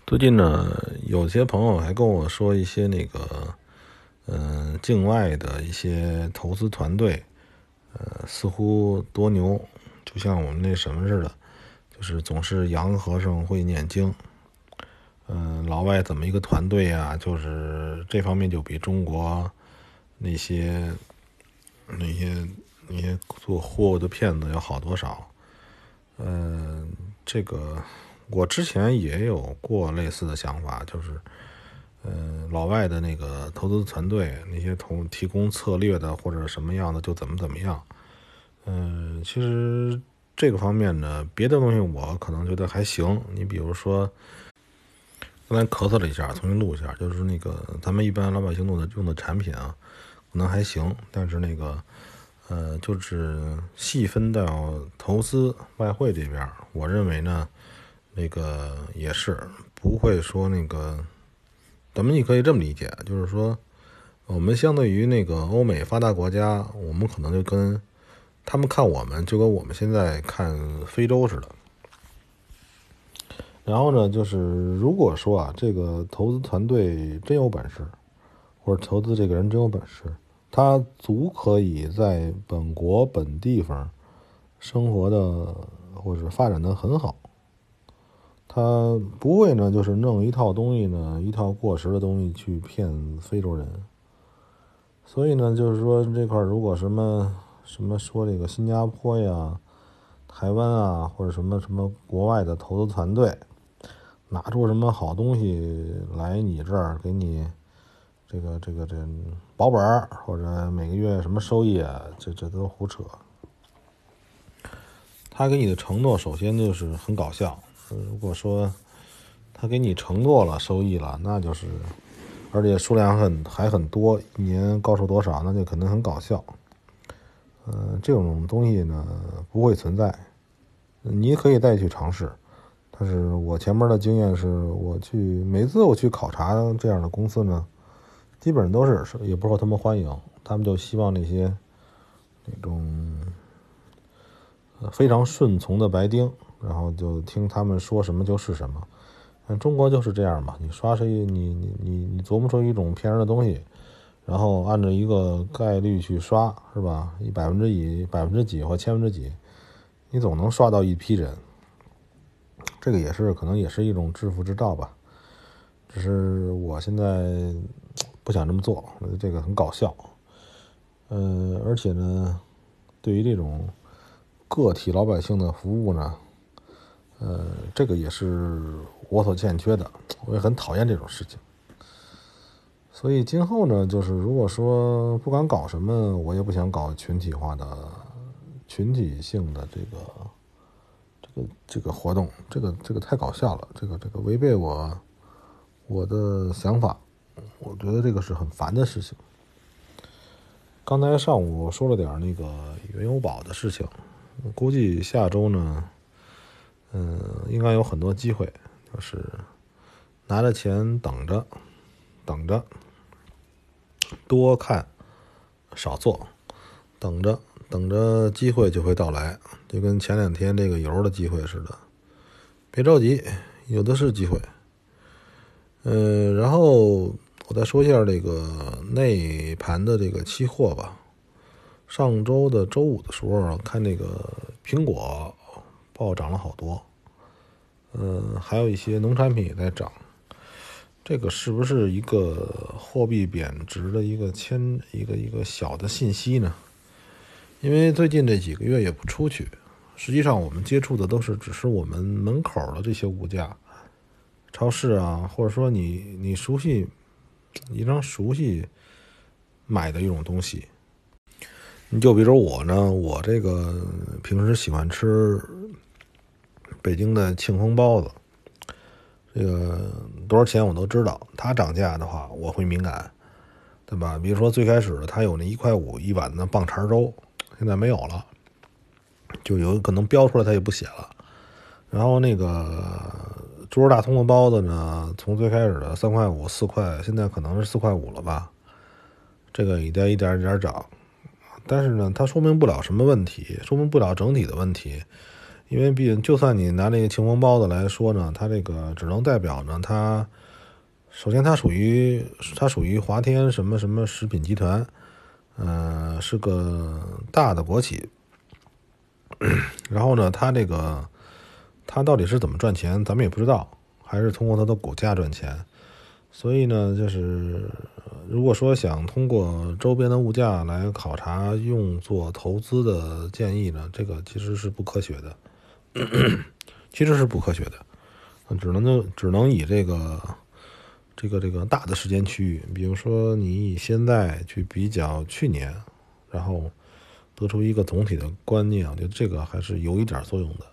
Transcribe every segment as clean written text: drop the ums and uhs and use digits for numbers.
最近呢，有些朋友还跟我说一些境外的一些投资团队，似乎多牛，就像我们那什么似的，就是总是洋和尚会念经。老外怎么一个团队啊，就是这方面就比中国那些那些那些做货物的骗子要好多少。这个我之前也有过类似的想法，就是老外的那个投资团队，那些提供策略的或者什么样的就怎么样。其实这个方面呢，别的东西我可能觉得还行。你比如说，刚才咳嗽了一下，重新录一下，就是那个咱们一般老百姓用的产品啊，可能还行，但是就是细分到投资外汇这边，我认为呢，也是不会说咱们你可以这么理解，就是说，我们相对于欧美发达国家，我们可能就跟他们看我们，就跟我们现在看非洲似的。然后呢，就是如果说啊，这个投资团队真有本事，或者投资这个人真有本事，他足可以在本国本地方生活的或者发展的很好。他不会呢，就是弄一套东西呢，一套过时的东西去骗非洲人。所以呢，就是说这块如果什么说这个新加坡呀、台湾啊，或者什么国外的投资团队，拿出什么好东西来你这儿给你这保本儿，或者每个月什么收益啊，这都胡扯。他给你的承诺首先就是很搞笑，如果说他给你承诺了收益了，那就是而且数量还很多，一年高出多少，那就可能很搞笑。这种东西呢不会存在，你可以再去尝试。但是我前面的经验是，每次我去考察这样的公司呢，基本上都是也不受他们欢迎，他们就希望那种非常顺从的白丁，然后就听他们说什么就是什么。中国就是这样嘛，你刷谁，你琢磨出一种骗人的东西，然后按照一个概率去刷，是吧？百分之几或千分之几，你总能刷到一批人。这个可能也是一种致富之道吧。只是我现在不想这么做，这个很搞笑。而且呢，对于这种个体老百姓的服务呢，这个也是我所欠缺的，我也很讨厌这种事情。所以今后呢，就是如果说不管搞什么，我也不想搞群体性的这个活动，这个太搞笑了，这个违背我的想法，我觉得这个是很烦的事情。刚才上午说了点原油宝的事情，估计下周呢，应该有很多机会，就是拿着钱等着，多看少做，等着机会就会到来，就跟前两天这个油的机会似的，别着急，有的是机会。然后我再说一下这个内盘的这个期货吧。上周的周五的时候看这个苹果暴涨了好多，还有一些农产品也在涨。这个是不是一个货币贬值的一个小的信息呢？因为最近这几个月也不出去，实际上我们接触的只是我们门口的这些物价，超市啊，或者说你非常熟悉买的一种东西。你就比如我呢，我这个平时喜欢吃北京的庆丰包子，这个多少钱我都知道，它涨价的话我会敏感，对吧？比如说最开始它有那1.5块一碗的棒碴粥，现在没有了，就有可能标出来它也不写了。然后猪肉大葱的包子呢，从最开始的3.5块4块，现在可能是4.5块了吧，这个一点涨。但是呢，它说明不了什么问题，说明不了整体的问题， 因为毕竟就算你拿这个庆丰包子来说呢，它这个只能代表呢，它首先它属于华天什么什么食品集团，是个大的国企。然后呢，它到底是怎么赚钱，咱们也不知道，还是通过它的股价赚钱。所以呢，就是如果说想通过周边的物价来考察用作投资的建议呢，这个其实是不科学的，只能以这个大的时间区域，比如说你以现在去比较去年，然后得出一个总体的观念，我觉得这个还是有一点作用的。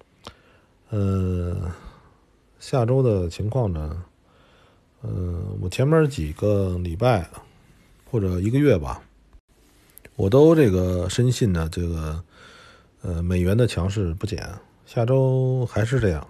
下周的情况呢，我前面几个礼拜或者一个月吧，我都这个深信呢，这个美元的强势不减，下周还是这样。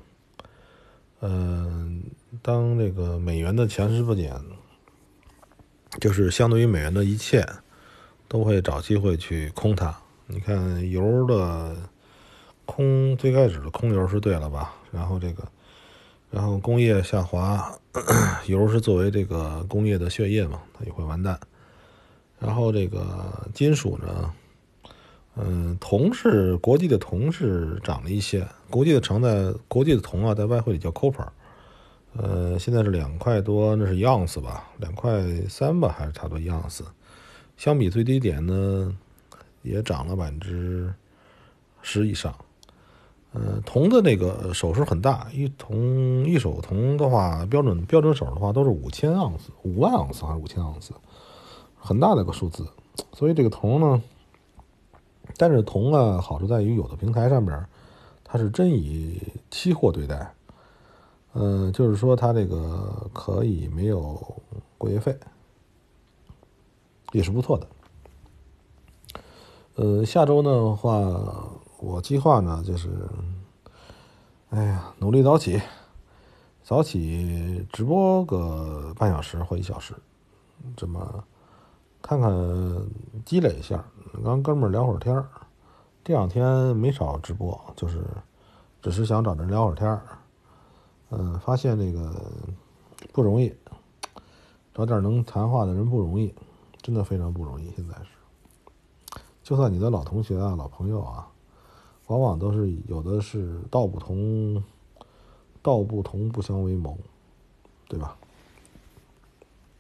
当这个美元的强势不减，就是相对于美元的一切都会找机会去空它。你看油的空，最开始的空油是对了吧？然后工业下滑，油是作为这个工业的血液嘛，它也会完蛋。然后这个金属呢，铜是国际的铜是涨了一些，国际的铜啊，在外汇里叫 copper，现在是2块多，那是一盎司吧，2块3吧，还是差不多一盎司。相比最低点呢，也涨了10%以上。铜的那个手数很大，一手铜的话，标准手的话都是5000盎司，5万盎司还是5000盎司，很大的一个数字。所以这个铜呢，但是铜啊，好处在于有的平台上面，它是真以期货对待，就是说它这个可以没有过夜费，也是不错的。下周的话，我计划呢就是，努力早起直播个半小时或1小时，这么看看积累一下，跟哥们儿聊会儿天儿。这2天没少直播，只是想找人聊会儿天儿。发现这个不容易，找点能谈话的人不容易，真的非常不容易。现在是，就算你的老同学啊、老朋友啊，往往都是有的是道不同不相为谋，对吧？